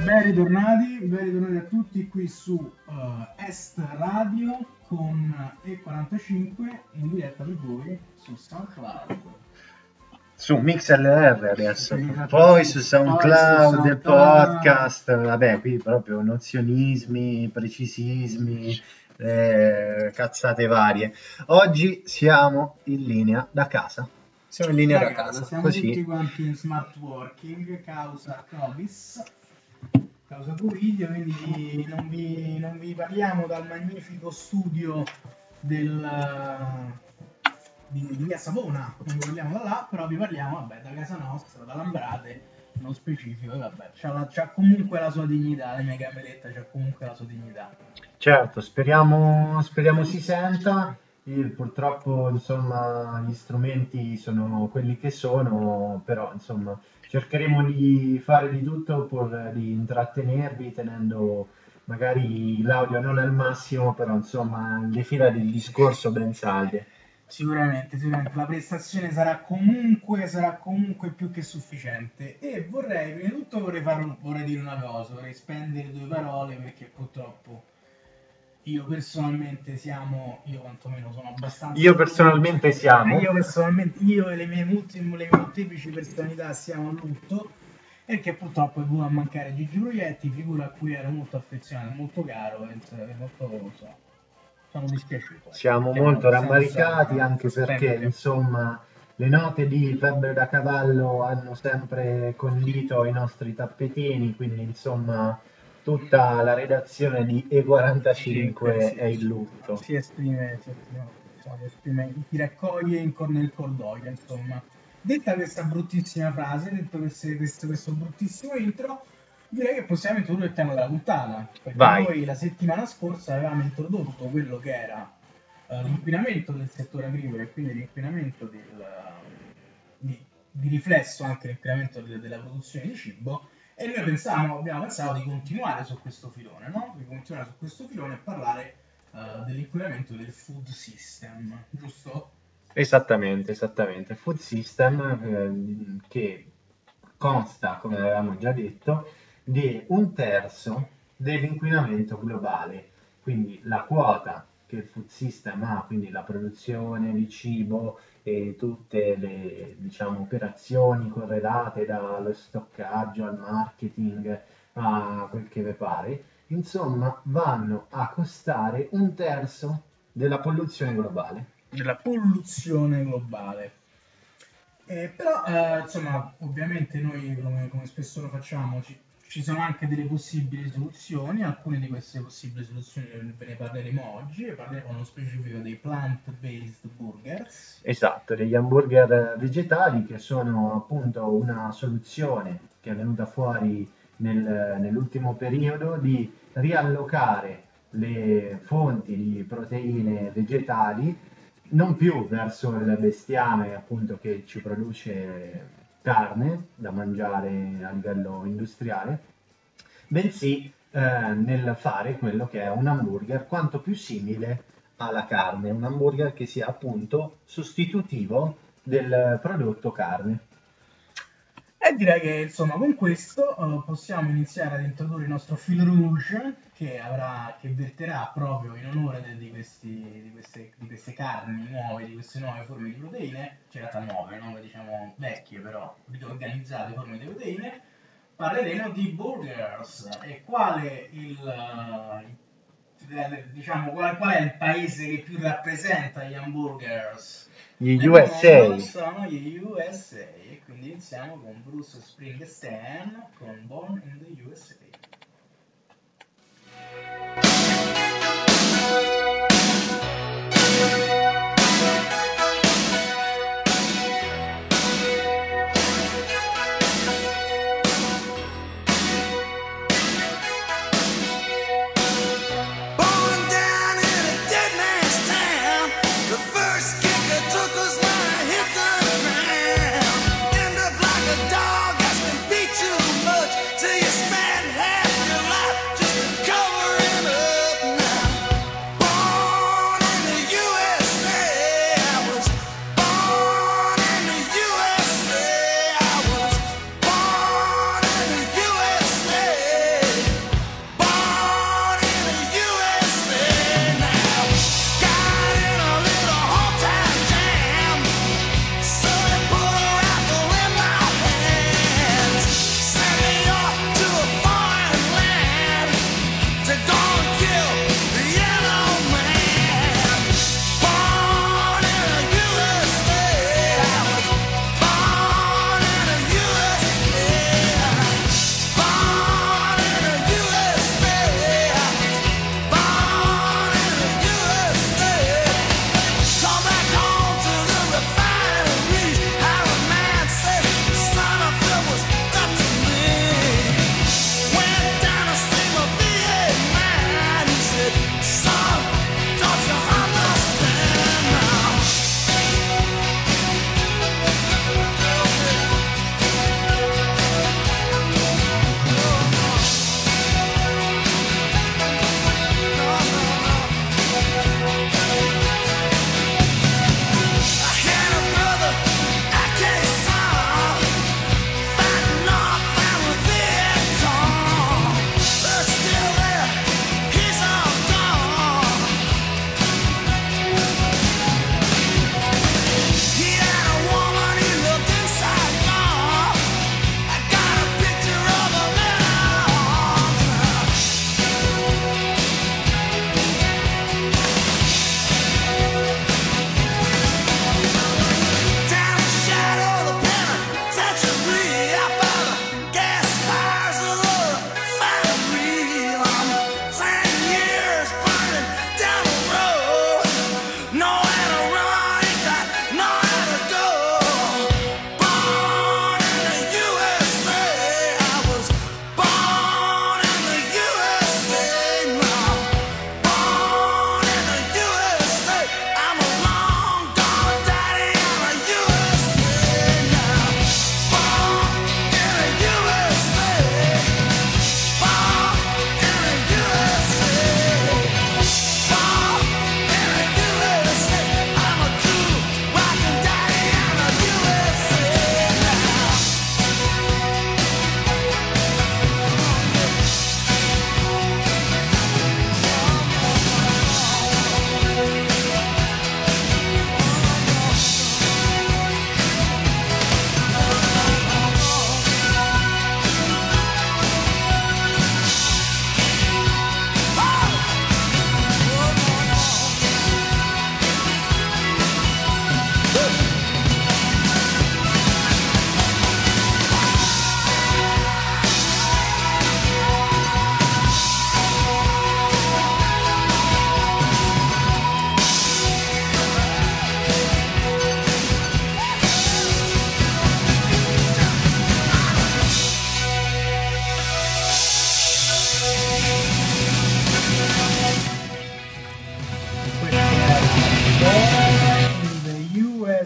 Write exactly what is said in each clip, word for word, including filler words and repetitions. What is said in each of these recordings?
Ben ritornati, ben ritornati a tutti qui su uh, Est Radio con E quarantacinque in diretta per voi su SoundCloud. Su MixLR adesso, poi su SoundCloud, poi su podcast, vabbè, qui proprio nozionismi, precisismi, eh, cazzate varie. Oggi siamo in linea da casa. Siamo in linea da, da casa, casa. Siamo così. tutti quanti in smart working, causa Covid, causa Covid, quindi non vi, non vi parliamo dal magnifico studio del... Di, di via Savona, non vi parliamo da là, però vi parliamo vabbè, da casa nostra, da Lambrate, non specifico, e vabbè, c'ha, la, c'ha comunque la sua dignità, la mia cameretta c'ha comunque la sua dignità. Certo, speriamo, speriamo si senta. Io, purtroppo insomma gli strumenti sono quelli che sono, però insomma cercheremo di fare di tutto pur di intrattenervi tenendo magari l'audio non al massimo, però insomma le fila del discorso ben salde. Sicuramente, sicuramente la prestazione sarà comunque, sarà comunque più che sufficiente. E vorrei, prima di tutto vorrei, fare un, vorrei dire una cosa, vorrei spendere due parole perché purtroppo io personalmente siamo, io quantomeno sono abbastanza... Io personalmente siamo... Io personalmente, io e le mie, multi, le molteplici personalità siamo a lutto perché purtroppo è venuto a mancare Gigi Proietti, figura a cui ero molto affezionato, molto caro e molto... So, sono dispiaciuto. Siamo siamo, molto siamo rammaricati sorry, anche perché sempre. insomma le note di Febbre da Cavallo hanno sempre condito i nostri tappetini, quindi insomma tutta la redazione di E quarantacinque sì, è in lutto. Si esprime, si esprime, si esprime, ti raccoglie in cor- nel cordoglio, insomma. Detta questa bruttissima frase, detto questo, questo, questo bruttissimo intro, direi che possiamo introdurre il tema della puntata, perché Vai. noi la settimana scorsa avevamo introdotto quello che era uh, l'inquinamento del settore agricolo e quindi l'inquinamento del, uh, di, di riflesso anche l'inquinamento de- della produzione di cibo, e noi pensavamo, abbiamo pensato di continuare su questo filone, no? Di continuare su questo filone e parlare uh, dell'inquinamento del food system, giusto? Esattamente, esattamente. Food system eh, che consta, come avevamo già detto, di un terzo dell'inquinamento globale. Quindi la quota che il food system ha, quindi la produzione di cibo e tutte le diciamo, operazioni correlate dallo stoccaggio al marketing a quel che vi pare, insomma vanno a costare un terzo della polluzione globale. Della polluzione globale. Eh, però, eh, insomma, ovviamente noi, come, come spesso lo facciamo, ci, ci sono anche delle possibili soluzioni. Alcune di queste possibili soluzioni ve ne parleremo oggi, e parleremo nello specifico dei plant-based burgers. Esatto, degli hamburger vegetali che sono appunto una soluzione che è venuta fuori nel, nell'ultimo periodo di riallocare le fonti di proteine vegetali non più verso il bestiame appunto che ci produce carne da mangiare a livello industriale, bensì eh, nel fare quello che è un hamburger quanto più simile alla carne, un hamburger che sia appunto sostitutivo del prodotto carne. E direi che insomma con questo uh, possiamo iniziare ad introdurre il nostro fil rouge che, avrà, che verterà proprio in onore de, di, questi, di, queste, di queste carni nuove, di queste nuove forme di proteine, cioè in realtà nuove, nuove diciamo vecchie però riorganizzate forme di proteine. Parleremo di burgers e quale il, uh, diciamo, qual, qual è il paese che più rappresenta gli hamburgers? Gli U S A. Sono gli U S A, e quindi iniziamo con Bruce Springsteen con Born in the U S A. Till you spend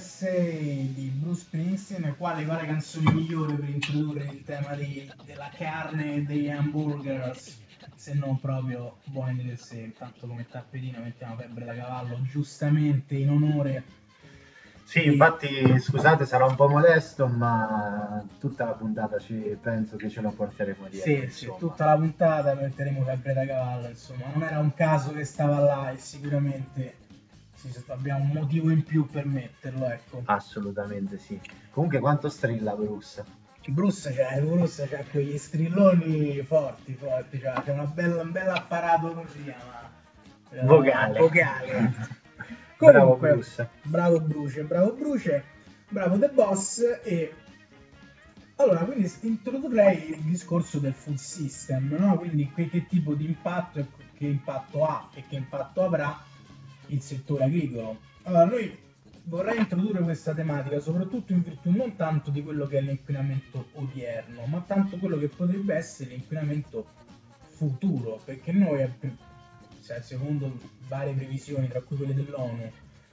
S A di Bruce Springsteen, quale, quale canzone migliore per introdurre il tema di, della carne e degli hamburgers, se non proprio Buoni delle Se. Intanto come tappetino mettiamo Febbre da Cavallo, giustamente in onore. Sì, infatti, scusate, sarò un po' molesto, ma tutta la puntata ci, penso che ce la porteremo dietro, Sì, sì, insomma. tutta la puntata metteremo Febbre da Cavallo, insomma, non era un caso che stava là e sicuramente sì, abbiamo un motivo in più per metterlo, ecco. Assolutamente sì. Comunque quanto strilla Bruce? Bruce c'ha, Bruce c'ha quegli strilloni forti, forti, c'ha, c'ha una bella, un bel apparato, come si chiama? Eh, Vocale. vocale. Bravo Comunque, Bruce. bravo Bruce, bravo Bruce, bravo The Boss. E allora, quindi introdurrei il discorso del food system, no? Quindi che, che tipo di impatto e che impatto ha e che impatto avrà il settore agricolo. Allora, noi vorrei introdurre questa tematica soprattutto in virtù non tanto di quello che è l'inquinamento odierno, ma tanto quello che potrebbe essere l'inquinamento futuro, perché noi, secondo varie previsioni, tra cui quelle dell'ONU,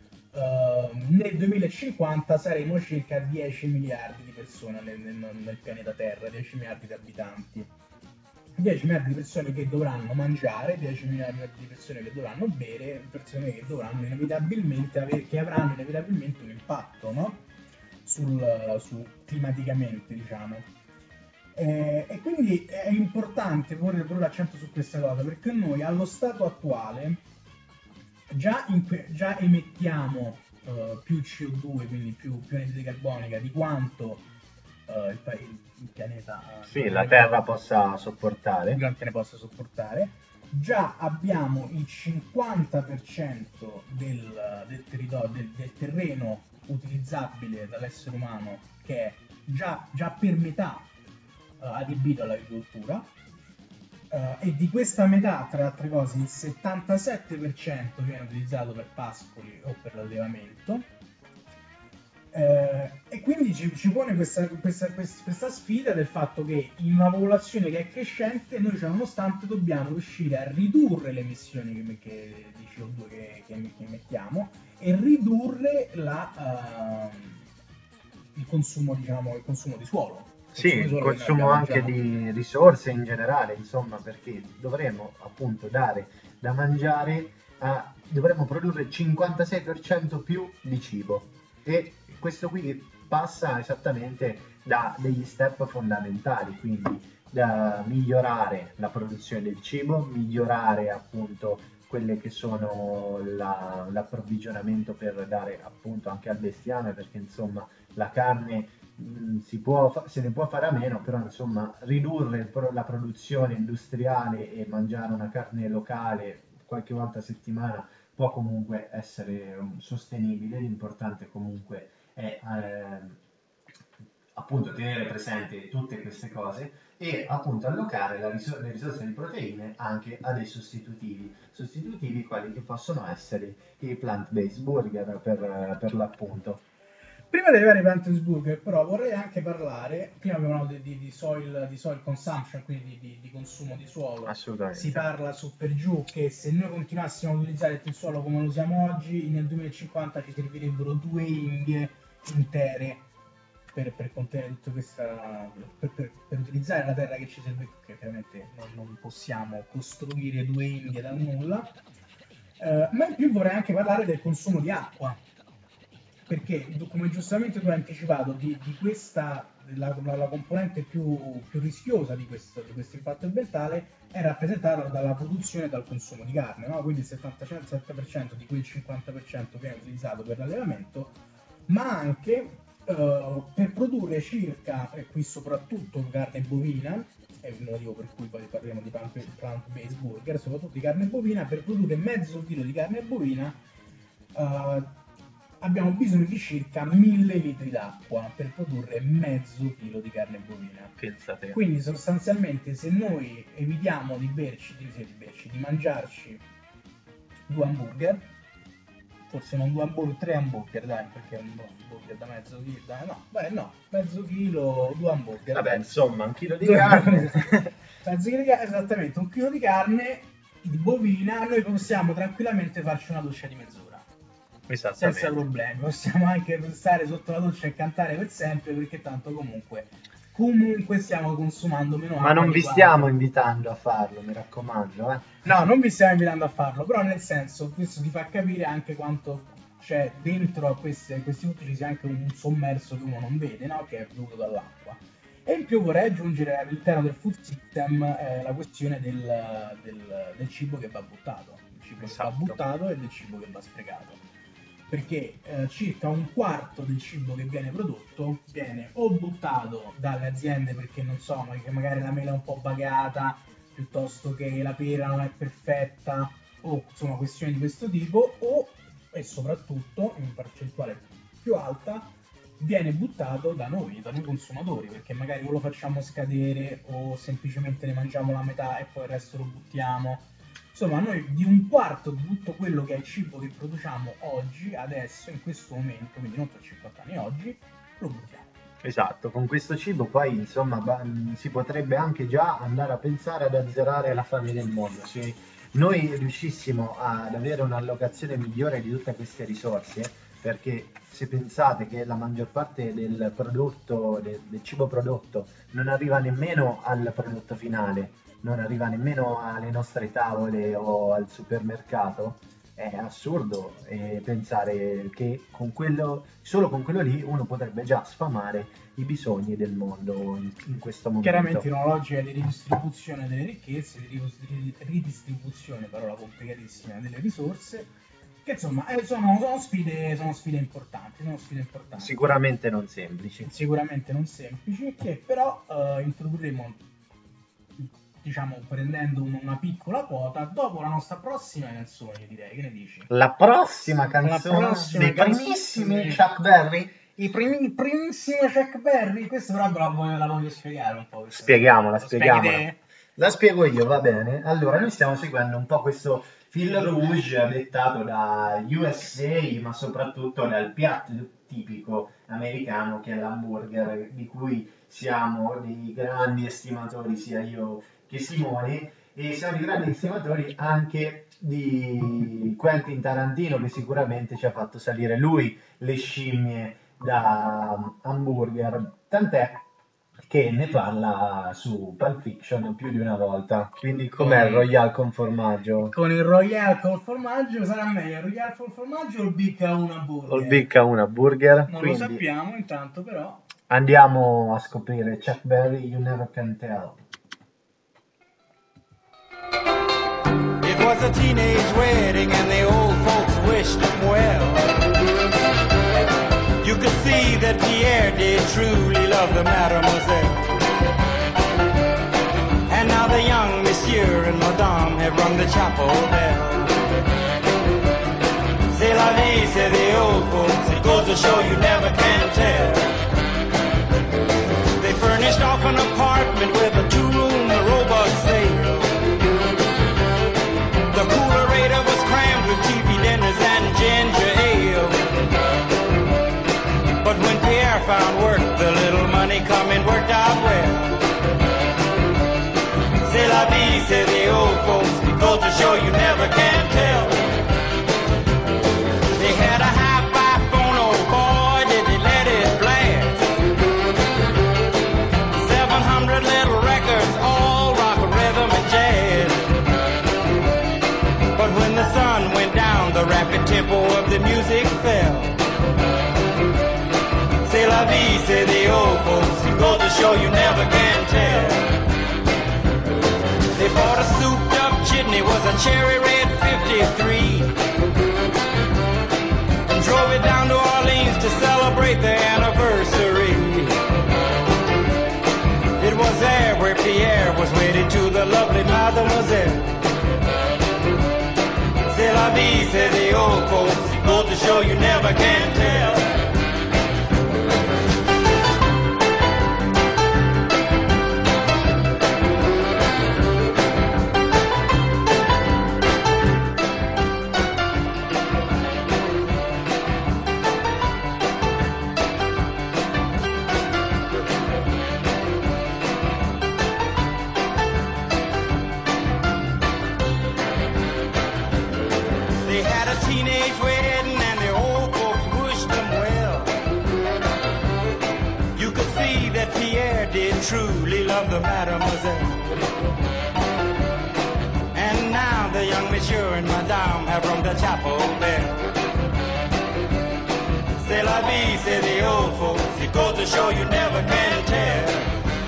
Uh, nel duemilacinquanta saremo circa dieci miliardi di persone nel, nel, nel pianeta Terra, dieci miliardi di abitanti, dieci miliardi di persone che dovranno mangiare, dieci miliardi di persone che dovranno bere, persone che dovranno inevitabilmente avere, che avranno inevitabilmente un impatto, no? Sul, su, climaticamente, diciamo. Eh, e quindi è importante porre l'accento su questa cosa, perché noi allo stato attuale Già, in, già emettiamo uh, più C O due, quindi più, più anidride carbonica di quanto uh, il, il, il pianeta uh, sì, la Terra possa sopportare. ne possa sopportare. Già abbiamo il cinquanta per cento del, del, territorio, del, del terreno utilizzabile dall'essere umano che è già, già per metà uh, adibito all'agricoltura. Uh, e di questa metà, tra le altre cose, il settantasette per cento viene utilizzato per pascoli o per l'allevamento, uh, e quindi ci, ci pone questa, questa, questa, questa sfida del fatto che in una popolazione che è crescente noi, cioè, nonostante, dobbiamo riuscire a ridurre le emissioni che, che, di C O due che, che, che emettiamo e ridurre la, uh, il consumo, diciamo, il consumo di suolo. Sì, il consumo anche di risorse in generale, insomma, perché dovremo appunto dare da mangiare, a, dovremo produrre il cinquantasei per cento più di cibo, e questo qui passa esattamente da degli step fondamentali, quindi da migliorare la produzione del cibo, migliorare appunto quelle che sono la, l'approvvigionamento per dare appunto anche al bestiame, perché insomma la carne si può, se ne può fare a meno, però insomma ridurre la produzione industriale e mangiare una carne locale qualche volta a settimana può comunque essere sostenibile. L'importante comunque è eh, appunto tenere presente tutte queste cose e appunto allocare la risor- le risorse di proteine anche a dei sostitutivi, sostitutivi quali che possono essere i plant-based burger per, per l'appunto. Prima di arrivare ai plant-based burger, però, vorrei anche parlare, prima abbiamo parlato di, di, soil, di soil consumption, quindi di, di consumo di suolo. Assolutamente. Si parla su per giù che se noi continuassimo a utilizzare il suolo come lo usiamo oggi, nel duemilacinquanta ci servirebbero due Indie intere per, per contenere tutta questa, per, per, per utilizzare la terra che ci serve, che chiaramente non, non possiamo costruire due Indie da nulla. Uh, ma in più vorrei anche parlare del consumo di acqua, perché come giustamente tu hai anticipato, di, di questa la, la componente più, più rischiosa di questo, di questo impatto ambientale è rappresentata dalla produzione e dal consumo di carne, no? Quindi il settantasette per cento di cui il cinquanta per cento viene utilizzato per l'allevamento, ma anche uh, per produrre circa, e qui soprattutto carne bovina, è il motivo per cui poi parliamo di plant-based burger, soprattutto di carne bovina, per produrre mezzo chilo di carne bovina uh, abbiamo bisogno di circa mille litri d'acqua per produrre mezzo chilo di carne bovina. Pensate. Quindi sostanzialmente se noi evitiamo di berci, di, di, berci, di mangiarci due hamburger, forse non due hamburger, tre hamburger, dai, perché un hamburger da mezzo chilo, dai, no, beh no, mezzo chilo, due hamburger. Vabbè, insomma, un chilo di carne. mezzo chilo di carne, esattamente, un chilo di carne di bovina, noi possiamo tranquillamente farci una doccia di mezz'ora. senza problemi. Possiamo anche stare sotto la doccia e cantare per sempre, perché tanto comunque comunque stiamo consumando meno acqua. Ma non vi stiamo invitando a farlo, mi raccomando, eh. No, non vi stiamo invitando a farlo, però nel senso, questo ti fa capire anche quanto c'è dentro a questi, a questi frutti ci sia anche un sommerso che uno non vede, no? Che è dovuto dall'acqua. E in più vorrei aggiungere all'interno del food system eh, la questione del, del, del cibo che va buttato, il cibo esatto. che va buttato e del cibo che va sprecato. Perché eh, circa un quarto del cibo che viene prodotto viene o buttato dalle aziende perché non so, che magari la mela è un po' bagata, piuttosto che la pera non è perfetta, o insomma questioni di questo tipo, o e soprattutto in percentuale più alta viene buttato da noi, da noi consumatori, perché magari o lo facciamo scadere o semplicemente ne mangiamo la metà e poi il resto lo buttiamo. Insomma, noi di un quarto di tutto quello che è il cibo che produciamo oggi, adesso, in questo momento, quindi non tra cinquanta anni oggi, lo buttiamo. Esatto, con questo cibo poi insomma si potrebbe anche già andare a pensare ad azzerare la fame nel mondo. Se noi riuscissimo ad avere un'allocazione migliore di tutte queste risorse, perché se pensate che la maggior parte del prodotto, del, del cibo prodotto, non arriva nemmeno al prodotto finale, non arriva nemmeno alle nostre tavole o al supermercato, è assurdo eh, pensare che con quello, solo con quello lì uno potrebbe già sfamare i bisogni del mondo in, in questo momento. Chiaramente in una logica di ridistribuzione delle ricchezze, di ridistribuzione, parola complicatissima, delle risorse, che insomma eh, sono, sono, sfide, sono sfide importanti, sono sfide importanti. Sicuramente non semplici. Sicuramente non semplici, che però eh, introdurremo, diciamo, prendendo una piccola quota dopo la nostra prossima canzone, direi. Che ne dici? La prossima canzone la prossima dei primissimi Chuck Berry. I, primi, i primissimi Chuck Berry. Questo però la voglio, la voglio spiegare un po'. Spieghiamola, spieghiamola. La spiego io, va bene? Allora, noi stiamo seguendo un po' questo fil rouge dettato da U S A, ma soprattutto dal piatto tipico americano che è l'hamburger, di cui siamo dei grandi estimatori, sia io che Simone, e siamo dei grandi estimatori anche di Quentin Tarantino, che sicuramente ci ha fatto salire lui le scimmie da hamburger, tant'è che ne parla su Pulp Fiction più di una volta. Quindi com'è il Royale con formaggio? Con il Royale con formaggio sarà meglio il Royale con formaggio o il Big A uno burger? O il Big A uno burger? Non Quindi lo sappiamo intanto, però andiamo a scoprire Chuck Berry, You Never Can Tell. It was a teenage wedding and the old folks wished him well. You could see that Pierre did truly love the mademoiselle. And now the young monsieur and madame have rung the chapel bell. C'est la vie, say the old folks, it goes to show you never can tell. They furnished off an apartment with a two-room robot sale. The coolerator was crammed with T V dinners and ginger ale. But when Pierre found work, the little money coming worked out well. C'est la vie, say the old folks, it goes to show you never can tell. They had a hi-fi phone, oh boy, did they let it blast. Seven hundred little records, all rock, rhythm, and jazz. But when the sun went down, the rapid tempo of the music fell. C'est la vie, say the old folks, it goes to show you never can tell. They bought a souped-up chitney, was a cherry red fifty-three, and drove it down to Orleans to celebrate their anniversary. It was there where Pierre was wedded to the lovely mademoiselle. C'est la vie, say the old folks, it goes to show you never can tell. Teenage wedding and the old mademoiselle. And now the young monsieur and madame have rung the chapel bell. C'est la vie, say the old folks. It goes to show you never can tell.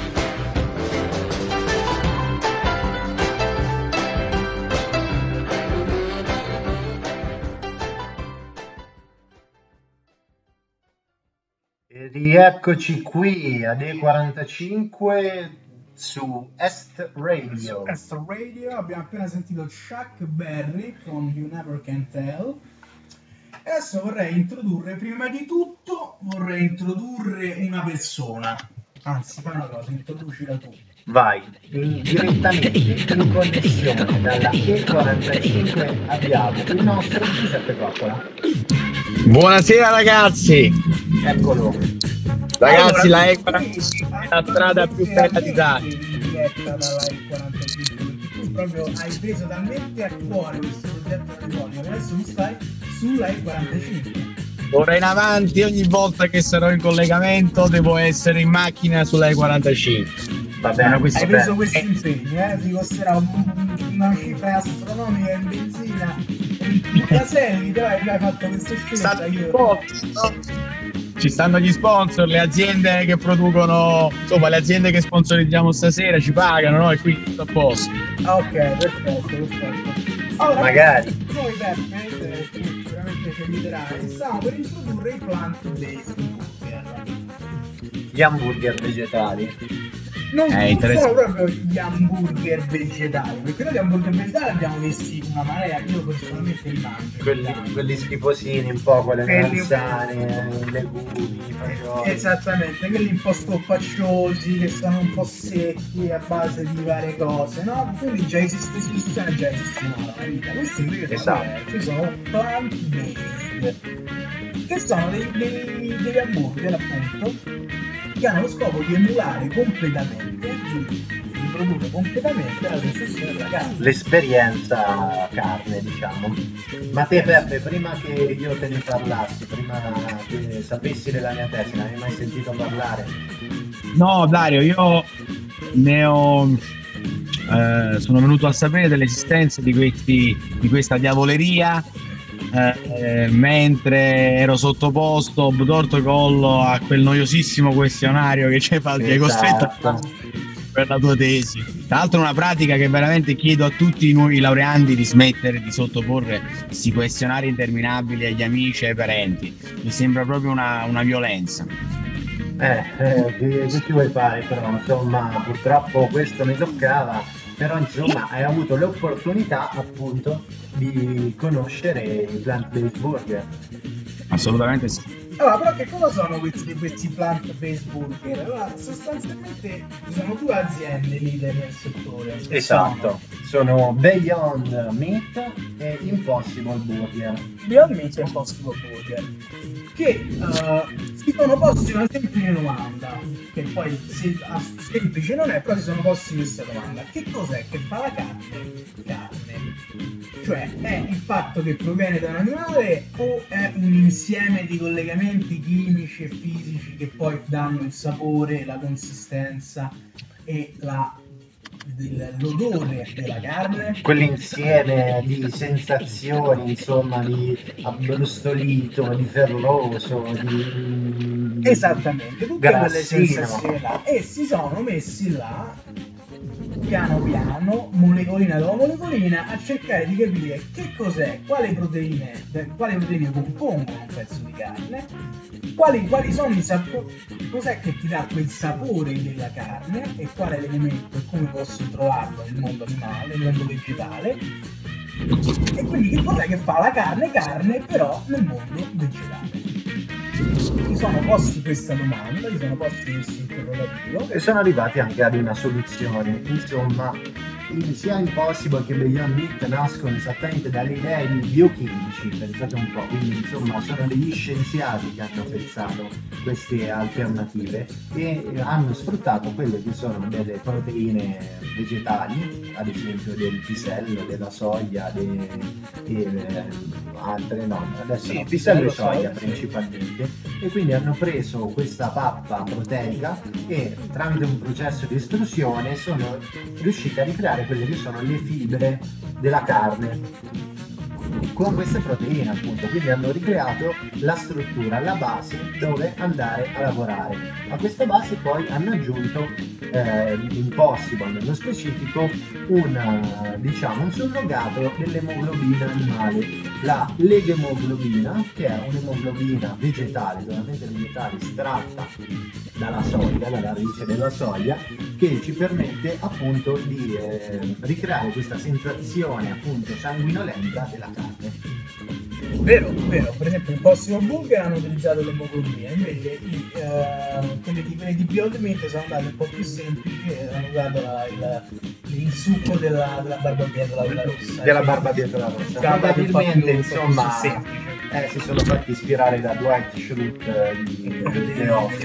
Rieccoci qui ad E quarantacinque su Est Radio. Est Radio, abbiamo appena sentito Chuck Berry con You Never Can Tell. E adesso vorrei introdurre, prima di tutto, vorrei introdurre una persona. Anzi, fai una cosa, introducila tu. Vai, in, direttamente in connessione dalla E quarantacinque abbiamo il nostro Giuseppe Coppola. Buonasera ragazzi. Eccolo. Ragazzi, allora, la E quarantacinque è la strada più bella d'Italia. Diretta dalla E quarantacinque, perché tu proprio hai preso talmente a cuore questo progetto radiofonico che adesso tu stai sulla E quarantacinque. Ora in avanti, ogni volta che sarò in collegamento, devo essere in macchina sulla E quarantacinque. Va bene, hai preso questo impegno, eh? Ti costerà un, una cifra astronomica in benzina, in caselli, però hai fatto questa scelta. Io... Ci stanno gli sponsor, le aziende che producono, insomma le aziende che sponsorizziamo stasera ci pagano, no? E quindi tutto a posto. Ah, ok, perfetto, perfetto. Allora, magari noi Peppe, sicuramente ci aiuterai, stiamo per introdurre i plant-based burger. Gli hamburger vegetali. Non Eh, sono proprio gli hamburger vegetali, perché noi gli hamburger vegetali abbiamo messi una marea, io personalmente li mangio. Quelli, quelli schifosini, un po' con le Quelli- melanzane, i legumi, i fagioli. Esattamente, quelli un po' stoppacciosi, che sono un po' secchi a base di varie cose, no? Quelli già esiste, esistono già esistono nella vita. Questi invece sono Esatto. diversi, sono plant-based, che sono dei, dei, degli hamburger appunto, che hanno lo scopo di emulare completamente, di, di produrre completamente la sensazione della carne. L'esperienza carne, diciamo. Ma te Peppe, prima che io te ne parlassi, prima che sapessi della mia testa, ne hai mai sentito parlare? No Dario, io ne ho eh, sono venuto a sapere dell'esistenza di questi di questa diavoleria eh, mentre ero sottoposto obtorto e collo a quel noiosissimo questionario che ci hai costretto a fare per la tua tesi. Tra l'altro è una pratica che veramente chiedo a tutti noi laureandi di smettere di sottoporre questi questionari interminabili agli amici e ai parenti. Mi sembra proprio una, una violenza. Eh, eh, che, che ti vuoi fare però, insomma, purtroppo questo mi toccava, però insomma hai avuto l'opportunità appunto di conoscere i plant-based burger. Assolutamente sì. Allora, però che cosa sono questi, questi plant-based burger? Allora, sostanzialmente ci sono due aziende leader nel settore. che Esatto, sono Beyond Meat e Impossible Burger. sono Beyond Meat e Impossible Burger, che eh, si sono posti una semplice domanda, che poi se, ah, semplice non è, però si sono posti questa domanda: che cos'è che fa la carne carne? Cioè, è il fatto che proviene da un animale o è un insieme di collegamenti chimici e fisici che poi danno il sapore, la consistenza e la, il- l'odore della carne? Quell'insieme di sensazioni, insomma, di abbrustolito, di ferroso, di Esattamente, tutte quelle grassino. sensazioni là. E si sono messi là, piano piano, molecolina dopo molecolina, a cercare di capire che cos'è, quali proteine, eh, quali proteine compongono un pezzo di carne, quali, quali sono i sapori, cos'è che ti dà quel sapore della carne e qual è l'elemento e come posso trovarlo nel mondo animale, nel mondo vegetale, e quindi che cos'è che fa la carne carne però nel mondo vegetale. Si sono posti questa domanda, si sono posti questo interrogativo. E sono arrivati anche ad una soluzione. Insomma, il- sia Impossible che Beyond Meat nascono esattamente dalle idee di biochimici, pensate un po', quindi insomma sono degli scienziati che hanno pensato queste alternative e hanno sfruttato quelle che sono delle proteine vegetali, ad esempio del pisello, della soia de- e eh, altre no, adesso Sì, no, pisello e pisello, soia soia, sì. principalmente, e quindi hanno preso questa pappa proteica e tramite un processo di estrusione sono riusciti a ricreare quelle che sono le fibre della carne con queste proteine, appunto. Quindi hanno ricreato la struttura, la base dove andare a lavorare. A questa base poi hanno aggiunto eh, l'Impossible nello specifico un, eh, diciamo, un surrogato dell'emoglobina animale, la legemoglobina, che è un'emoglobina vegetale, totalmente vegetale, estratta dalla soia, dalla radice della soia, che ci permette appunto di eh, ricreare questa sensazione appunto sanguinolenta della carne. Vero, vero, per esempio in Possible Burger hanno utilizzato l'emoglobina, invece i, eh, quelli di, quelli di Beyond Meat sono andati un po' più semplici e hanno usato la, il, il succo della, della barbabietola rossa. Della barbabietola rossa. Probabilmente, insomma, eh, si sono fatti ispirare da Dwight Schrute di The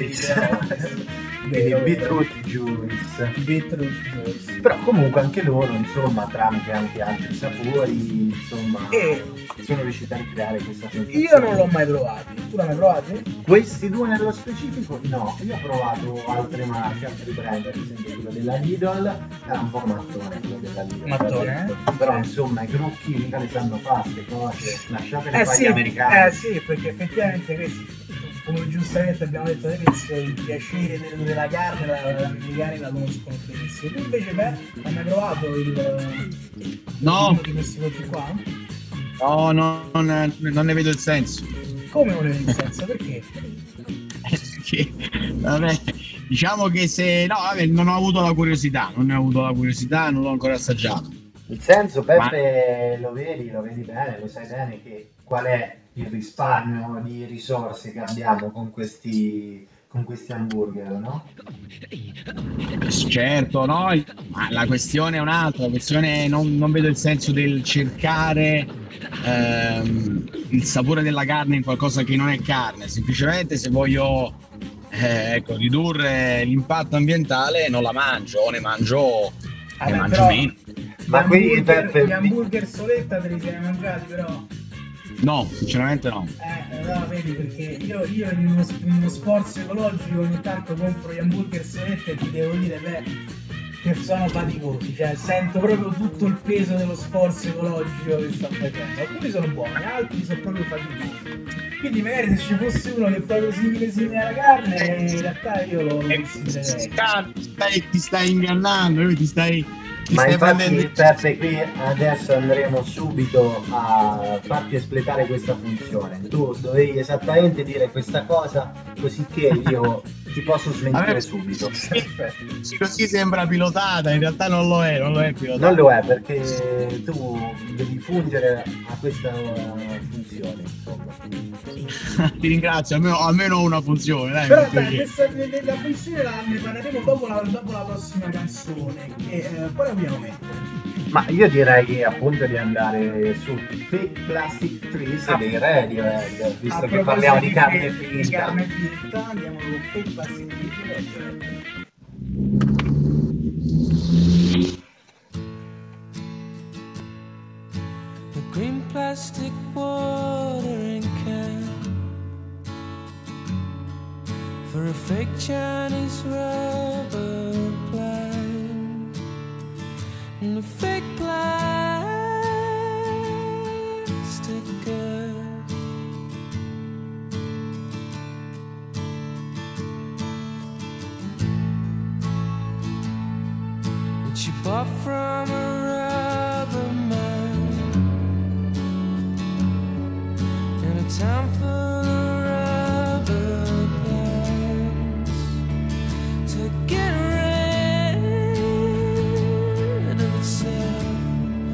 Office. Quindi beetroot juice. Beetroot juice. Però comunque anche loro, insomma, tramite anche altri sapori, insomma, e sono riusciti a ricreare questa sensazione. Io non l'ho mai provato. Tu l'hai mai provato? Questi due nello specifico no, io ho provato altre marche, altri brand, ad esempio quello della Lidl, era un po' mattone quello della Lidl. Mattone, eh? Però insomma i crocchi mica le sanno fare queste cose, lasciatele Eh fare sì, gli americani. eh sì, perché effettivamente questi, come giustamente abbiamo detto all'inizio, il piacere del- della carne la- la- gli americani la conoscono benissimo. Tu invece, beh, hai mai provato il No. uno di questi prodotti qua? No, no, non, non ne vedo il senso. Come non è il senso? Perché? Perché, vabbè, diciamo che se no, vabbè, non ho avuto la curiosità, non ne ho avuto la curiosità, non l'ho ancora assaggiato. Il senso, Peppe, lo vedi, lo vedi bene, lo sai bene che qual è il risparmio di risorse che abbiamo con questi, con questi hamburger, no? Certo, no, il- ma la questione è un'altra, la questione è non, non vedo il senso del cercare ehm, il sapore della carne in qualcosa che non è carne, semplicemente se voglio eh, ecco, ridurre l'impatto ambientale non la mangio o ne mangio, ne Vabbè, mangio però meno. gli Ma qui, hamburger, Peppe, gli hamburger soletta te li sei mangiati, però No, sinceramente no. eh, allora vedi, perché io, io in, uno, in uno sforzo ecologico ogni tanto compro gli hamburger soletta e ti devo dire, beh, che sono faticosi, cioè sento proprio tutto il peso dello sforzo ecologico che sto facendo. Alcuni sono buoni, altri sono proprio faticosi. Quindi magari se ci fosse uno che è proprio simile simile alla carne, in realtà io lo Eh, considererei. ti stai, ti stai ingannando, io ti stai, ti Ma stai infatti, prendendo. Peppe, qui adesso andremo subito a farti espletare questa funzione. Tu dovevi esattamente dire questa cosa, così che io ti posso smentire Vabbè, subito. sì, così sembra pilotata, in realtà non lo è, non lo è pilotata. Non lo è, perché tu devi fungere a questa funzione, insomma. Ti ringrazio, almeno, almeno una funzione, dai, Però perché- dai, questa della funzione la, ne parleremo dopo la, dopo la prossima canzone. Che, eh, quale vogliamo mettere? Ma io direi appunto di andare su Fake Plastic Trees Ah. dei Radiohead, visto A che proposito parliamo di carne di- di finta. carne finta, andiamo con Fake Plastic Trees. A green plastic watering can for a fake Chinese rubber plant and a fake plastic girl. That she bought from a rubber man in a town full of rubber plants to get rid of itself.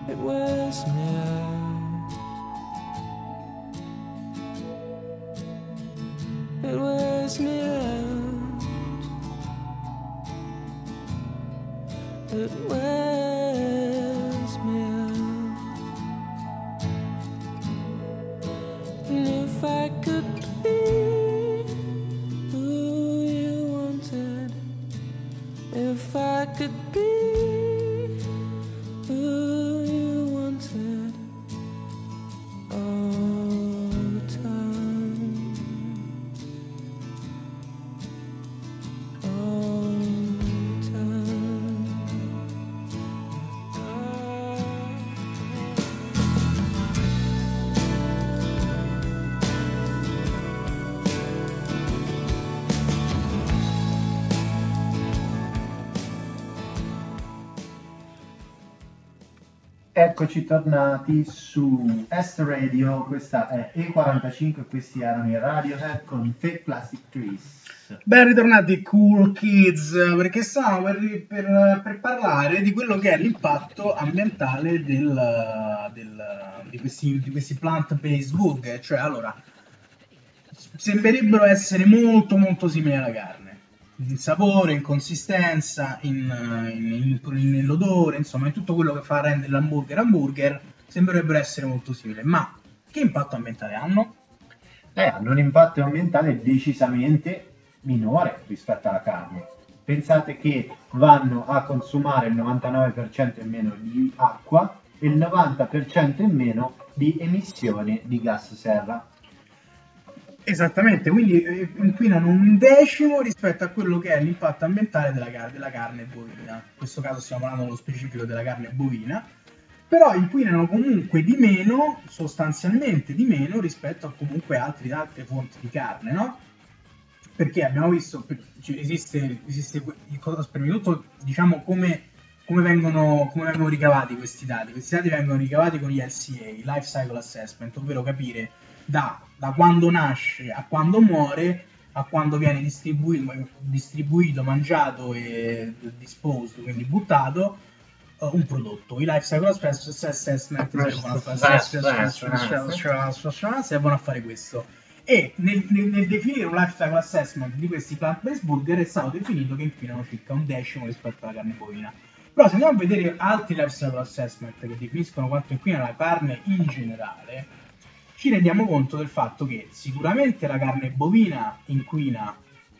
It wears me out. It wears me out. It wears me out. And if I could be who you wanted, if I could be who you wanted all the time, all the time. Eccoci tornati su Est Radio, questa è E quarantacinque e questi erano i Radiohead con Fake Plastic Trees. Ben ritornati Cool Kids, perché stiamo per, per, per parlare di quello che è l'impatto ambientale del, del, di, questi, di questi plant-based burger. Cioè, allora, sembrerebbero essere molto molto simili alla carne, in sapore, in consistenza, in, in, in, in- nell'odore, insomma, in tutto quello che fa rendere l'hamburger hamburger, sembrerebbero essere molto simili. Ma che impatto ambientale hanno? Eh, hanno un impatto ambientale decisamente minore rispetto alla carne. Pensate che vanno a consumare il novantanove per cento in meno di acqua e il novanta per cento in meno di emissioni di gas serra. Esattamente, quindi eh, inquinano un decimo rispetto a quello che è l'impatto ambientale della, car- della carne bovina. In questo caso stiamo parlando nello specifico della carne bovina, però inquinano comunque di meno, sostanzialmente di meno, rispetto a comunque altri- altre fonti di carne, no? Perché abbiamo visto, per- ci- esiste, esiste que- il cosa- prima di tutto, diciamo, come, come vengono, come vengono ricavati questi dati. Questi dati vengono ricavati con gli L C A, Life Cycle Assessment, ovvero capire da, da quando nasce a quando muore, a quando viene distribuito, distribuito mangiato e disposed, quindi buttato, eh, un prodotto. I Life Cycle Assessment servono a fare, servono a fare questo. E nel, nel- nel definire un life cycle assessment di questi plant-based burger è stato definito che inquinano circa un decimo rispetto alla carne bovina. Però se andiamo a vedere altri life cycle assessment che definiscono quanto inquina la carne in generale, ci rendiamo conto del fatto che sicuramente la carne bovina inquina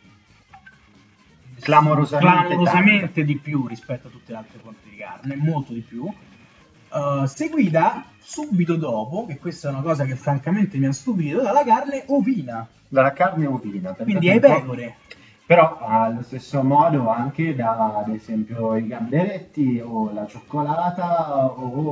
Clamorosamente clamorosamente di più rispetto a tutte le altre fonti di carne, molto di più. Uh, seguita subito dopo, che questa è una cosa che francamente mi ha stupito, dalla carne ovina, dalla carne ovina. quindi ai pensate un po'. pecore. Però allo stesso modo anche da ad esempio i gamberetti o la cioccolata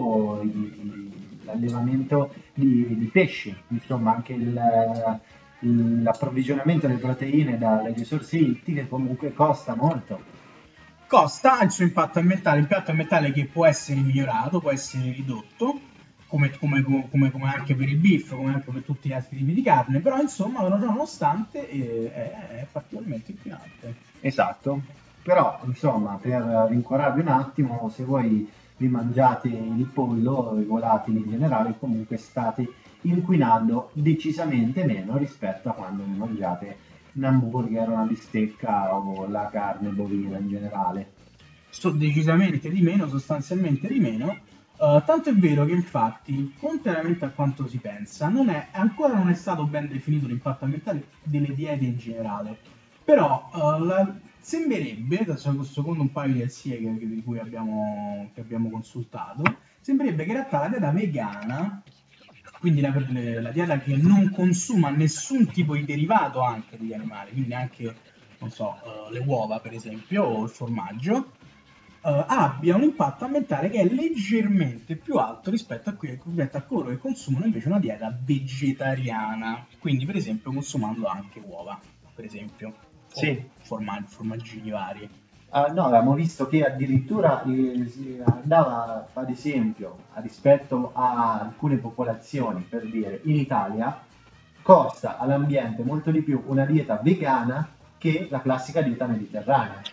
o i- i- l'allevamento di, di pesci, insomma anche il- il- l'approvvigionamento delle proteine dalle risorse ittiche comunque costa molto. Costa, ha il suo impatto ambientale, impatto ambientale che può essere migliorato, può essere ridotto, come, come- come- come anche per il beef, come anche per tutti gli altri tipi di carne, però insomma, nonostante eh, è, è particolarmente inquinante. Esatto, però insomma per rincuorarvi un attimo, se voi vi mangiate il pollo, i volatili in generale, comunque state inquinando decisamente meno rispetto a quando vi mangiate un hamburger, una bistecca o la carne bovina in generale. So- decisamente di meno, sostanzialmente di meno. Eh, tanto è vero che infatti, contrariamente a quanto si pensa, non è, ancora non è stato ben definito l'impatto ambientale delle diete in generale. Però eh, la- sembrerebbe, da- secondo un paio di L C A che, che- di cui abbiamo, che abbiamo consultato, sembrerebbe che in realtà la dieta vegana, quindi la, la dieta che non consuma nessun tipo di derivato anche degli animali, quindi anche, non so, eh, le uova per esempio, o il formaggio, eh, abbia un impatto ambientale che è leggermente più alto rispetto a, que- rispetto a coloro che consumano invece una dieta vegetariana, quindi per esempio consumando anche uova, per esempio, o Sì. forma- formaggini vari. Ah, no, abbiamo visto che addirittura eh, si andava, ad esempio, a- rispetto a alcune popolazioni, per dire, in Italia, costa all'ambiente molto di più una dieta vegana che la classica dieta mediterranea.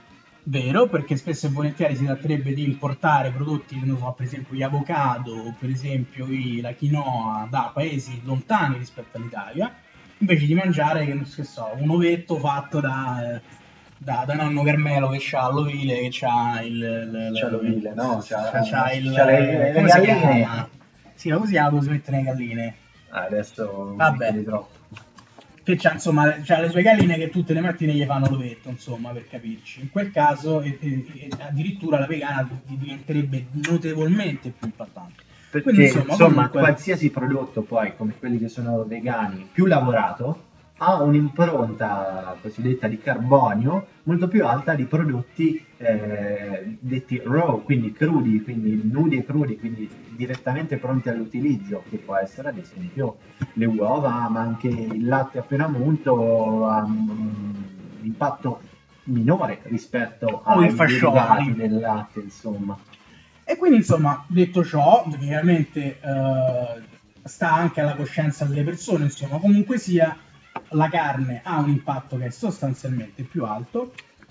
Vero, perché spesso e volentieri si tratterebbe di importare prodotti, non so, per esempio gli avocado o per esempio i- la quinoa da paesi lontani rispetto all'Italia, invece di mangiare, che non so, che so, un ovetto fatto da, da, da nonno Carmelo che c'ha l'ovile, che c'ha il, il- C'ha il- l'ovile, no? C'ha, c'ha- c'ha il- c'ha le, le come si galline. chiama? Sì, ma così si chiama dove si mettono le galline? Ah, adesso mi Vabbè. chiedi troppo. Che c'ha, insomma, c'ha le sue galline che tutte le mattine gli fanno l'ovetto, insomma, per capirci. In quel caso, e- e- e addirittura la vegana di- diventerebbe notevolmente più impattante. Perché Quindi, insomma, insomma, comunque, qualsiasi prodotto poi, come quelli che sono vegani, più lavorato, ha un'impronta cosiddetta di carbonio molto più alta di prodotti eh, detti raw, quindi crudi, quindi nudi e crudi, quindi direttamente pronti all'utilizzo, che può essere ad esempio le uova, ma anche il latte appena munto ha un impatto minore rispetto O i ai fascioli. derivati del latte, insomma. E quindi, insomma, detto ciò, chiaramente eh, sta anche alla coscienza delle persone, insomma, comunque sia, la carne ha un impatto che è sostanzialmente più alto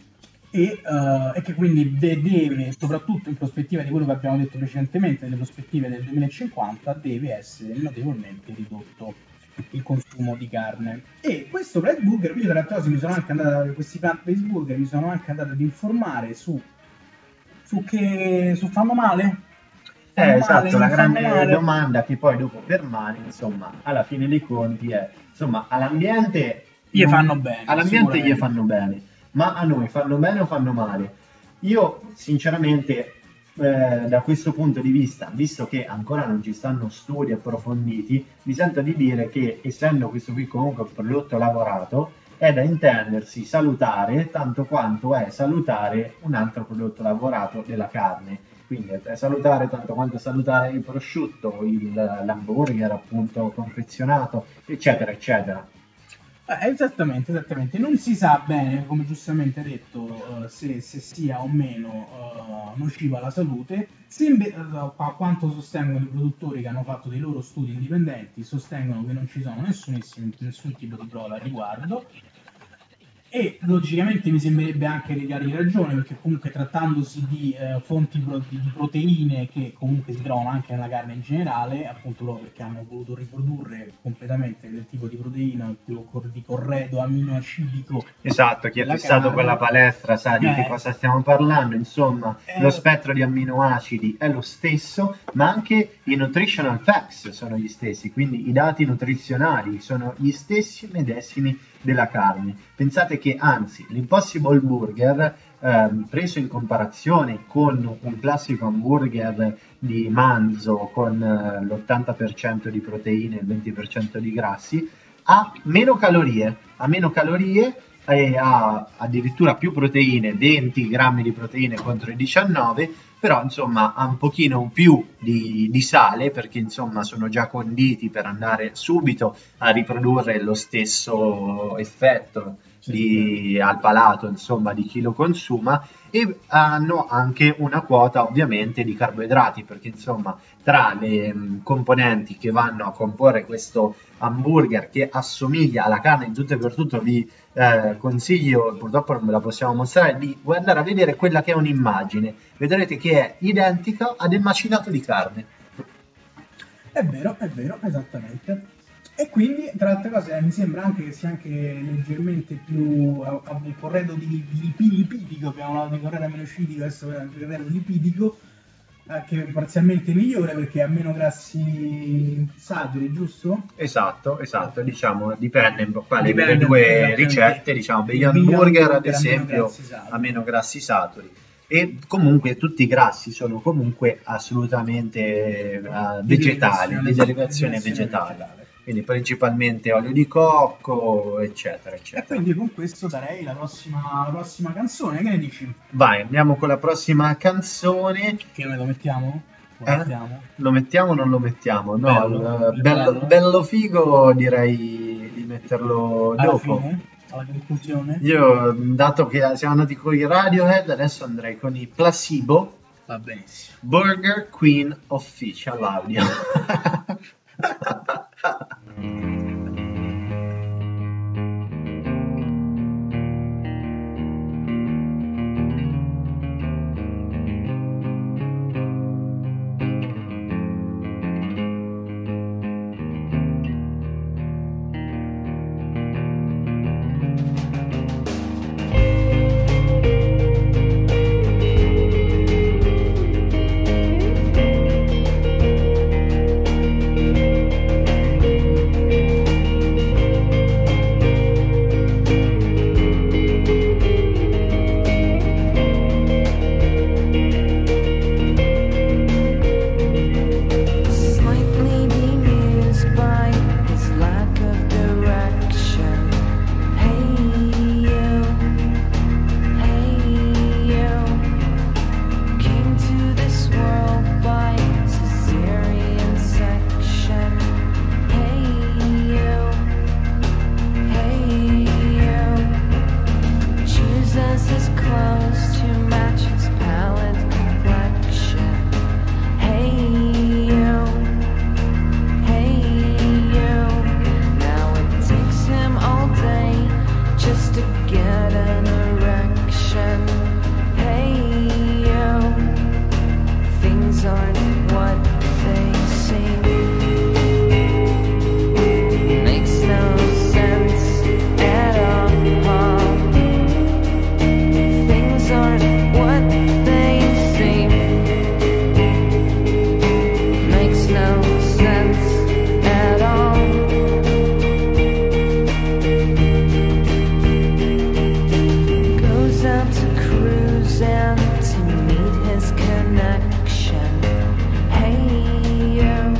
e, eh, e che quindi de- deve, soprattutto in prospettiva di quello che abbiamo detto precedentemente, nelle prospettive del duemilacinquanta, deve essere notevolmente ridotto il consumo di carne. E questo Plant Burger, io tra l'altro mi sono anche andato, questi plant-based burger, mi sono anche andato ad informare su su che su fanno male? Eh, Fanno esatto, male, la non fanno grande male? domanda che poi dopo permane, insomma, alla fine dei conti è, insomma, all'ambiente Gli non- fanno bene, all'ambiente gli sicuramente. fanno bene, ma a noi fanno bene o fanno male? Io, sinceramente, eh, da questo punto di vista, visto che ancora non ci stanno studi approfonditi, mi sento di dire che, essendo questo qui comunque un prodotto lavorato, è da intendersi salutare tanto quanto è salutare un altro prodotto lavorato della carne. Quindi è salutare tanto quanto è salutare il prosciutto, il, l'hamburger appunto confezionato, eccetera, eccetera. Eh, esattamente, esattamente. Non si sa bene, come giustamente ha detto, eh, se, se sia o meno eh, nociva alla salute. Se inve- eh, a quanto sostengono i produttori che hanno fatto dei loro studi indipendenti, sostengono che non ci sono nessunissimi- nessun tipo di prova al riguardo. E logicamente mi sembrerebbe anche di dargli ragione, perché comunque trattandosi di eh, fonti pro- di, di proteine che comunque si trovano anche nella carne in generale, appunto loro perché hanno voluto riprodurre completamente il tipo di proteina, quello cor- di corredo aminoacidico. Esatto, chi ha della fissato carne. quella palestra sa di che Eh. cosa stiamo parlando, insomma, Eh. lo spettro di amminoacidi è lo stesso, ma anche i nutritional facts sono gli stessi, quindi i dati nutrizionali sono gli stessi medesimi della carne. Pensate che anzi l'Impossible Burger ehm, preso in comparazione con un classico hamburger di manzo con eh, l'ottanta per cento di proteine e il venti per cento di grassi ha meno calorie, ha meno calorie e ha addirittura più proteine, venti grammi di proteine contro i diciannove, però insomma ha un pochino più di, di sale perché insomma sono già conditi per andare subito a riprodurre lo stesso effetto di, al palato insomma di chi lo consuma, e hanno anche una quota ovviamente di carboidrati perché insomma tra le mh, componenti che vanno a comporre questo hamburger che assomiglia alla carne in tutto e per tutto, vi eh, consiglio, purtroppo non ve la possiamo mostrare, di andare a vedere quella che è un'immagine, vedrete che è identica ad del macinato di carne. È vero, è vero, esattamente. E quindi, tra le altre cose, mi sembra anche che sia anche leggermente più a- a- il corredo di, di lipi- lipidico, abbiamo parlato di corredo aminoacidico, adesso il corredo lipidico, eh, che è parzialmente migliore perché ha meno grassi saturi, giusto? Esatto, esatto, diciamo dipende un po' quale Dipende, delle due esattamente. ricette, diciamo Il Beyond Beyond Burger ad Burger ha meno esempio grassi saturi. ha meno grassi saturi. E comunque tutti i grassi sono comunque assolutamente uh, vegetali, di derivazione vegetale. Quindi principalmente olio di cocco, eccetera, eccetera. E quindi con questo darei la prossima, la prossima canzone, che ne dici? Vai, andiamo con la prossima canzone. Che noi lo mettiamo? Lo Eh? mettiamo? Lo mettiamo o non lo mettiamo? No, Bello, il- bello, bello. bello figo direi di metterlo Alla dopo. fine? Alla conclusione? Io, dato che siamo andati con i Radiohead, adesso andrei con i Placebo, Va benissimo. Burger Queen Official Audio. connection. Hey you,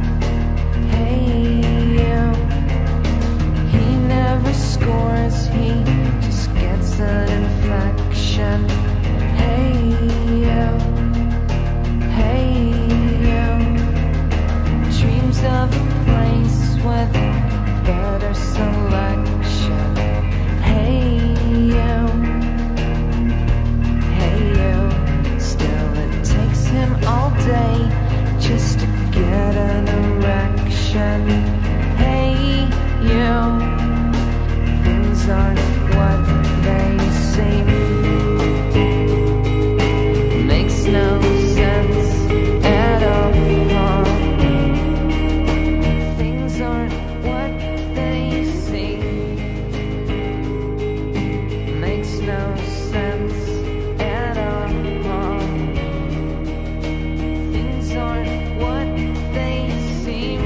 hey you. He never scores, he just gets an inflection. Hey you, hey you. Dreams of a place with better selection. Hey you, hey you. Still it takes him all day just to get an erection. Hey you, things aren't what they seem. Makes no sense at all. Things aren't what they seem. Makes no sense at all. Things aren't what they seem.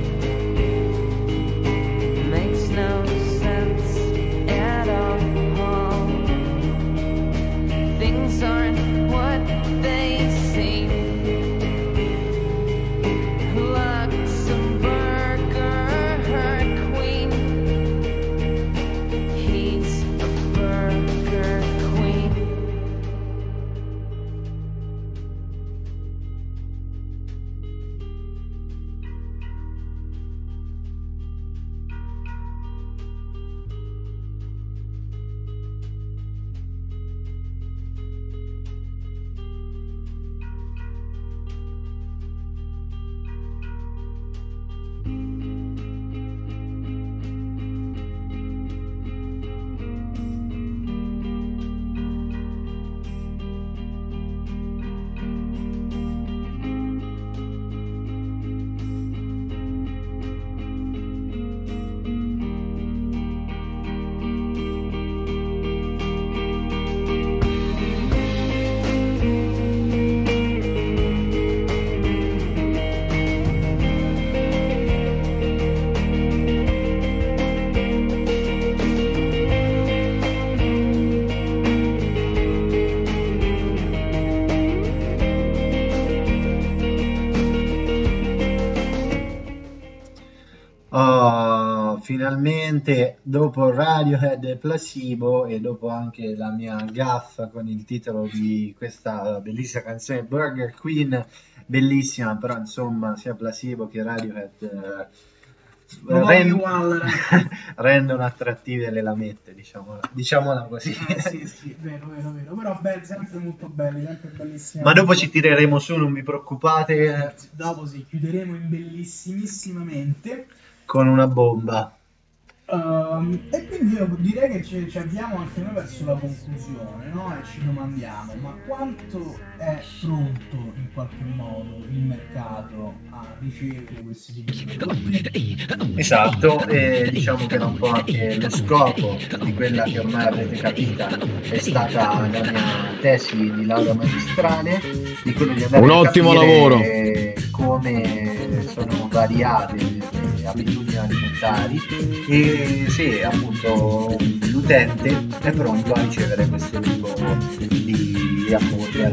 Makes no sense at all. Things aren't what they seem. Luxembourger queen. He's a burger queen. Oh, finalmente dopo Radiohead e Placebo e dopo anche la mia gaffa con il titolo di questa bellissima canzone Burger Queen, bellissima, però insomma sia Placebo che Radiohead eh, Non rend- voglio uguale. rendono attrattive le lamette, diciamola, diciamola così. Eh, sì, sì, vero, vero, vero. Però belli, sempre molto belli, sempre bellissimi. Ma dopo ci tireremo su, non vi preoccupate, Dopo sì, chiuderemo in bellissimissimamente. con una bomba. Ehm, e quindi io direi che ci, ci avviamo anche noi verso la conclusione, no? E ci domandiamo, ma quanto è pronto in qualche modo il mercato a ricevere questi tipi di prodotti? Esatto, e diciamo che era un po' anche lo scopo di quella che ormai avrete capita è stata la mia tesi di laurea magistrale, di quello di andare Un a ottimo capire lavoro. come sono variate le abitudini alimentari e se appunto l'utente è pronto a ricevere questo tipo di hamburger.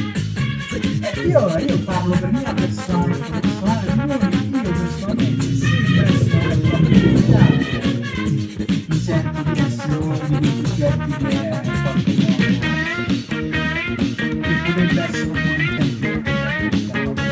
Eh, io, io parlo per mia persona, personale, io personalmente sì, questo è l'opportunità. Mi sento di essere uno di quei soggetti che in qualche modo che potrebbe essere un buon intento.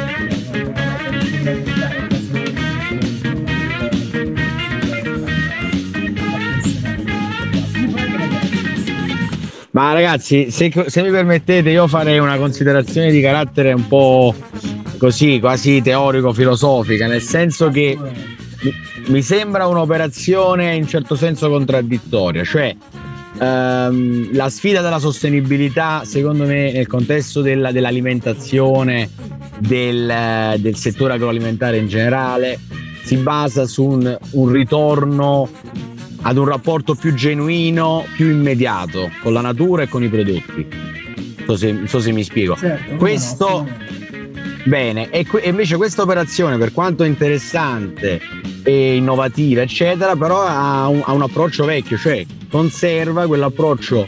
Ma ragazzi, se, se mi permettete, io farei una considerazione di carattere un po' così, quasi teorico-filosofica, nel senso che mi, mi sembra un'operazione in certo senso contraddittoria, cioè ehm, la sfida della sostenibilità, secondo me, nel contesto della, dell'alimentazione, del, del settore agroalimentare in generale, si basa su un, un ritorno ad un rapporto più genuino, più immediato con la natura e con i prodotti. Non so se, non so se mi spiego. Certo, Questo no, no. bene, e, que- e invece questa operazione, per quanto interessante e innovativa, eccetera, però ha un, ha un approccio vecchio, cioè conserva quell'approccio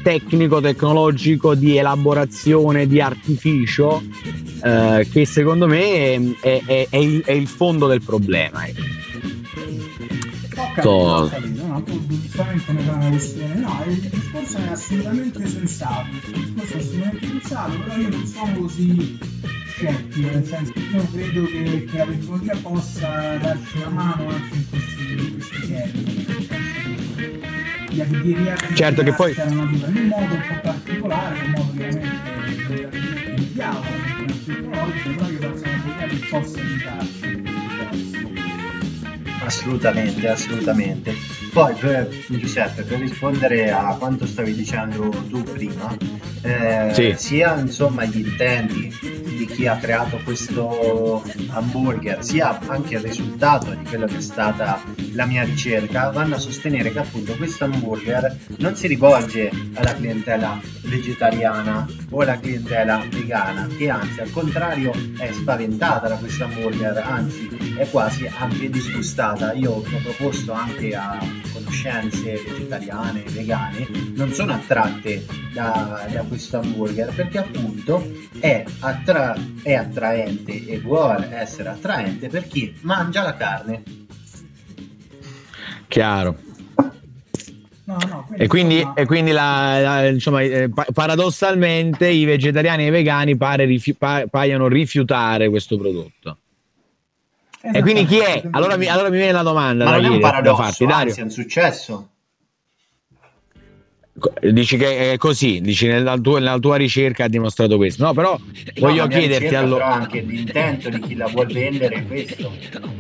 tecnico, tecnologico, di elaborazione, di artificio, eh, che secondo me è, è, è, il, è il fondo del problema. Ecco. Ho capito, ho capito, no, tu giustamente ne fai una questione. No, il discorso è assolutamente sensato, il discorso è assolutamente sensato, però io non sono così scettico, nel senso che io credo che, che la tecnologia possa darci una mano anche in questi, in questi termini, nel senso di, di riarticolare certo che poi la natura in un modo un po' particolare, in un modo chiaramente di dialogo, tecnologico, però io penso che possa aiutarci. Assolutamente, assolutamente. Poi per, Giuseppe, per rispondere a quanto stavi dicendo tu prima, eh, sì. sia insomma gli intenti di chi ha creato questo hamburger, sia anche il risultato di quello che è stata la mia ricerca, vanno a sostenere che appunto questo hamburger non si rivolge alla clientela vegetariana o alla clientela vegana, che anzi al contrario è spaventata da questo hamburger, anzi è quasi anche disgustata. Io ho proposto anche a conoscenze vegetariane, vegane, non sono attratte da, da questo hamburger perché appunto è, attra- è attraente e vuole essere attraente per chi mangia la carne. Chiaro. No, no, quindi e quindi, insomma... e quindi la, la, insomma, eh, pa- paradossalmente i vegetariani e i vegani pare rifi- pa- paiono rifiutare questo prodotto. E quindi chi è? Allora mi, allora mi viene la domanda Ma da non è un ieri, da paradosso, farti, Dario. anzi è un successo. Dici che è così, dici nella tua, nella tua ricerca ha dimostrato questo. No, però No, voglio la mia chiederti ricerca, allora. però anche l'intento di chi la vuol vendere è questo.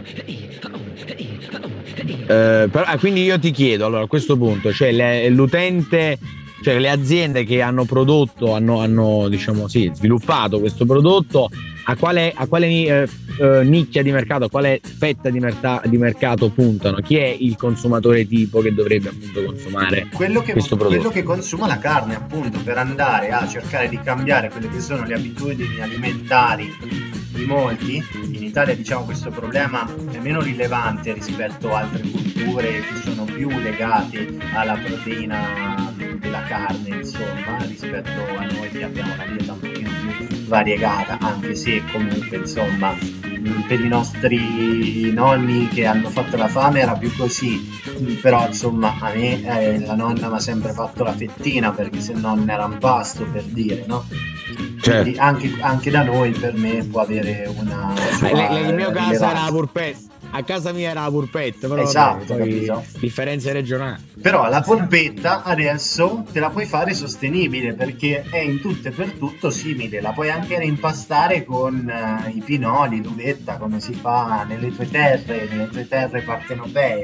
Eh, però, ah, quindi io ti chiedo allora a questo punto, cioè le, l'utente, cioè le aziende che hanno prodotto, hanno, hanno diciamo sì, sviluppato questo prodotto, a quale, a quale eh, eh, nicchia di mercato, a quale fetta di, merta, di mercato puntano? Chi è il consumatore tipo che dovrebbe appunto consumare quello che, questo prodotto? quello che consuma la carne, appunto, per andare a cercare di cambiare quelle che sono le abitudini alimentari di molti. In Italia diciamo questo problema è meno rilevante rispetto a altre culture che sono più legate alla proteina della carne, insomma, rispetto a noi che abbiamo una dieta un pochino più variegata, anche se comunque insomma per i nostri nonni che hanno fatto la fame era più così, però insomma a me eh, la nonna mi ha sempre fatto la fettina perché se no non era un pasto, per dire, no? Certo. Quindi anche, anche da noi, per me, può avere una sua eh, nel mio caso rilevanza. era la polpetta, a casa mia era la polpetta, però esatto, vabbè, poi capito? differenze regionali. Però la polpetta adesso te la puoi fare sostenibile perché è in tutto e per tutto simile, la puoi anche reimpastare con uh, i pinoli, l'uvetta, come si fa nelle tue terre, nelle tue terre partenopee.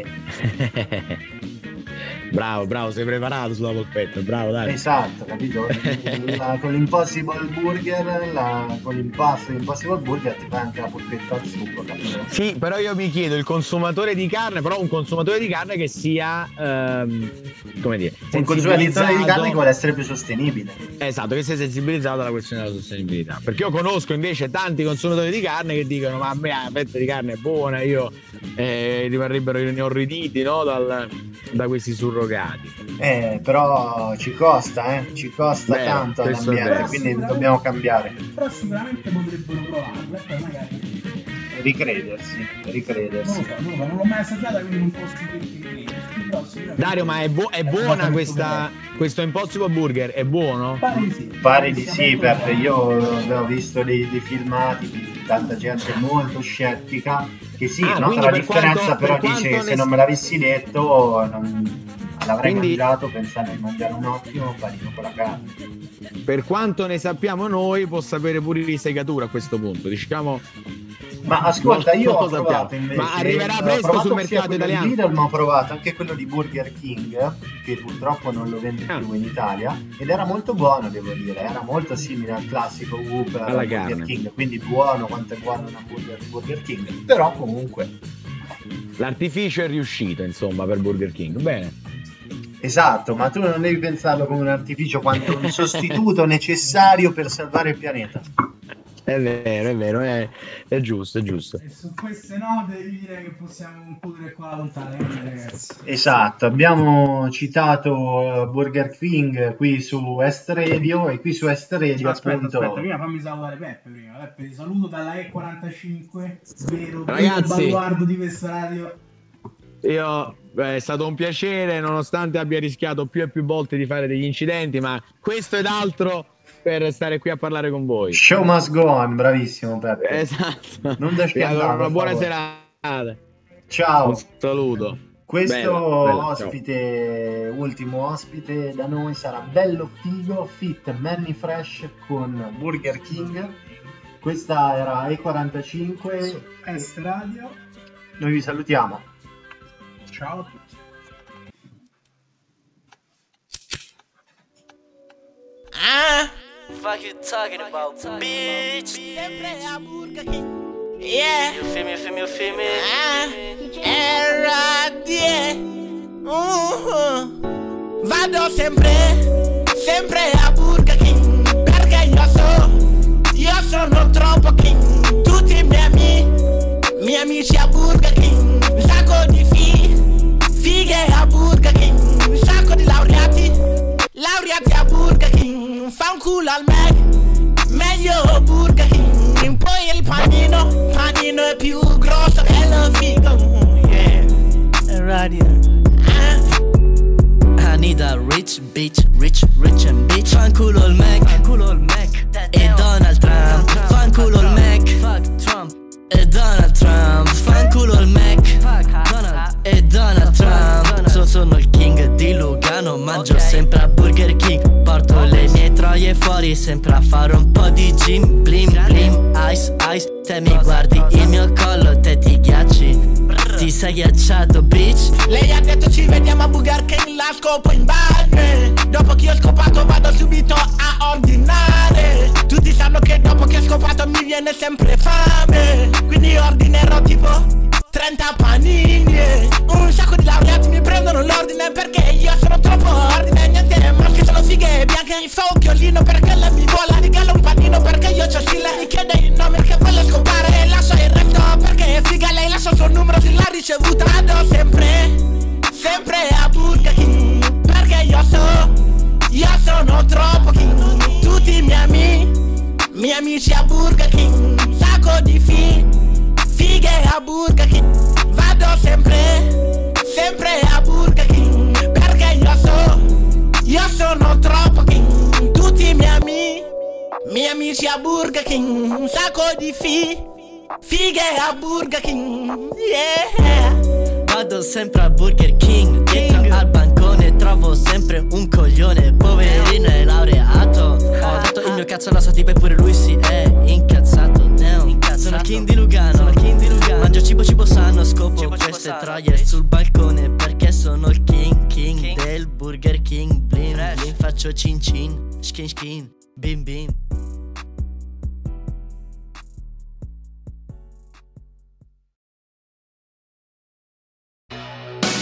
Bravo, bravo, sei preparato sulla polpetta, bravo, dai. Esatto, capito? La, con l'Impossible Burger, la, con l'impasto l'Impossible Burger ti fai anche la polpetta al sugo, capito? Sì, però io mi chiedo, il consumatore di carne, però un consumatore di carne che sia, ehm, come dire, un consumatore di carne che vuole essere più sostenibile. Esatto, che sia sensibilizzato alla questione della sostenibilità. Perché io conosco invece tanti consumatori di carne che dicono ma a me la fetta di carne è buona, io eh, rimarrebbero inorriditi, no, dal, da questi surrogati. Eh, però ci costa, eh, ci costa Vero, tanto questo all'ambiente, è quindi dobbiamo cambiare. Però sicuramente potrebbero provarlo e poi magari ricredersi, ricredersi. non lo so, non, lo so, non l'ho mai assaggiata, quindi non posso dirti che Dario, ma è, bu- è buona questa, questo Impossible Burger? È buono? Pare di sì. Pare di sì, perché io ho visto dei, dei filmati di tanta gente molto scettica che sì, Ah, nota la per differenza, quanto, però per dice quanto se ne... non me l'avessi detto non l'avrei Quindi... mangiato pensando di mangiare un ottimo panino con la carne. Per quanto ne sappiamo noi, può sapere pure di segatura a questo punto, diciamo. Ma ascolta, io non ho lo provato sappiamo. invece, Ma arriverà ho presto provato sul sia mercato quello italiano. di Lidl, ma ho provato anche quello di Burger King, che purtroppo non lo vende Ah. più in Italia, ed era molto buono, devo dire, era molto simile al classico Whopper Alla Burger carne. King, quindi buono quanto è buono un hamburger di Burger King, però comunque L'artificio è riuscito, insomma, per Burger King. Bene. esatto, ma tu non devi pensarlo come un artificio quanto un sostituto necessario per salvare il pianeta. È vero, è vero, è, è giusto, è giusto. E su queste note io direi che possiamo concludere qua la puntata, quindi, ragazzi. Esatto, abbiamo citato eh, Burger King qui su Est Radio e qui su Est Radio Aspetta, appunto aspetta, prima fammi salutare Peppe prima. Peppe, ti saluto dalla E quarantacinque, vero, Ragazzi. il baluardo di questa radio. Io beh, è stato un piacere, nonostante abbia rischiato più e più volte di fare degli incidenti, ma questo ed altro per stare qui a parlare con voi. Show must go on, bravissimo Peppe. Esatto. Non Vi despiantare, auguro una per buona favore. serata. Ciao. Un saluto. Questo Bella, bella, ciao. ospite, ultimo ospite da noi sarà bello figo, fit Manny Fresh con Burger King. Questa era E quarantacinque, Est Radio. noi vi salutiamo. Ciao a tutti. Ah, fuck you talking about, bitch? Sempre a Burger King. Yeah. You feel me, you feel me, you feel me? Ah, era die. Uh-huh. Vado sempre, sempre a Burger King. Perché io so, io sono troppo king. Tutti i miei amici, miei amici a Burger King. Un sacco di fi, fighe a Burger King. Un sacco di laureati, laureati a Burger King. Fa un culo al Mac, meglio Burger King. Poi il panino, panino è più grosso che lo figo. Yeah, radio. Ah. I need a rich bitch, rich, rich and bitch. Fanculo il Mac, fanculo il Mac. E Donald Trump, fanculo il Mac. Fuck Trump. E Donald Trump, fanculo il Mac. Fuck Donald. E Donald Trump. So, sono il king di Lugano, mangio sempre a Burger King. Porto le mie troie fuori sempre a fare un po' di gym. Blim blim, ice ice. Te mi guardi il mio collo, te ti ghiacci. Ti sei ghiacciato, bitch. Lei ha detto ci vediamo a Burger King, la scopo in bagno. Dopo che ho scopato vado subito a ordinare. Tutti sanno che dopo che ho scopato mi viene sempre fame. Quindi ordinerò tipo trenta panini. Un sacco di laureati mi prendono l'ordine perché io sono troppo ordine. Niente maschi, sono fighe bianche. Mi fa un chiolino perché lei mi vuole. Regala un panino perché io c'ho stile. Mi chiede il nome perché vuole scopare. E lascio il resto perché è figa. Lei lascia il suo numero se l'ha ricevuta. Vado sempre, sempre a Burger King. Perché io so, io sono troppo king. Tutti i miei amici, miei amici a Burger King. Sacco di fi, fighe a Burger King. Vado sempre, sempre a Burger King. Perché io so, io sono troppo king. Tutti i miei amici, miei amici a Burger King. Un sacco di fi, fighe a Burger King. Yeah. Vado sempre a Burger King. Dietro al bancone trovo sempre un coglione. Poverino è laureato. Ho dato il mio cazzo alla sua tipa e pure lui si è incazzato. Damn. Sono king di Lugano, sono king di Lugano. Mangio cibo cibo sano, scopo cibo, queste cibo troie sul balcone. Perché sono il king, king, king. Del Burger King. Blim, blim, faccio cin cin, skin skin.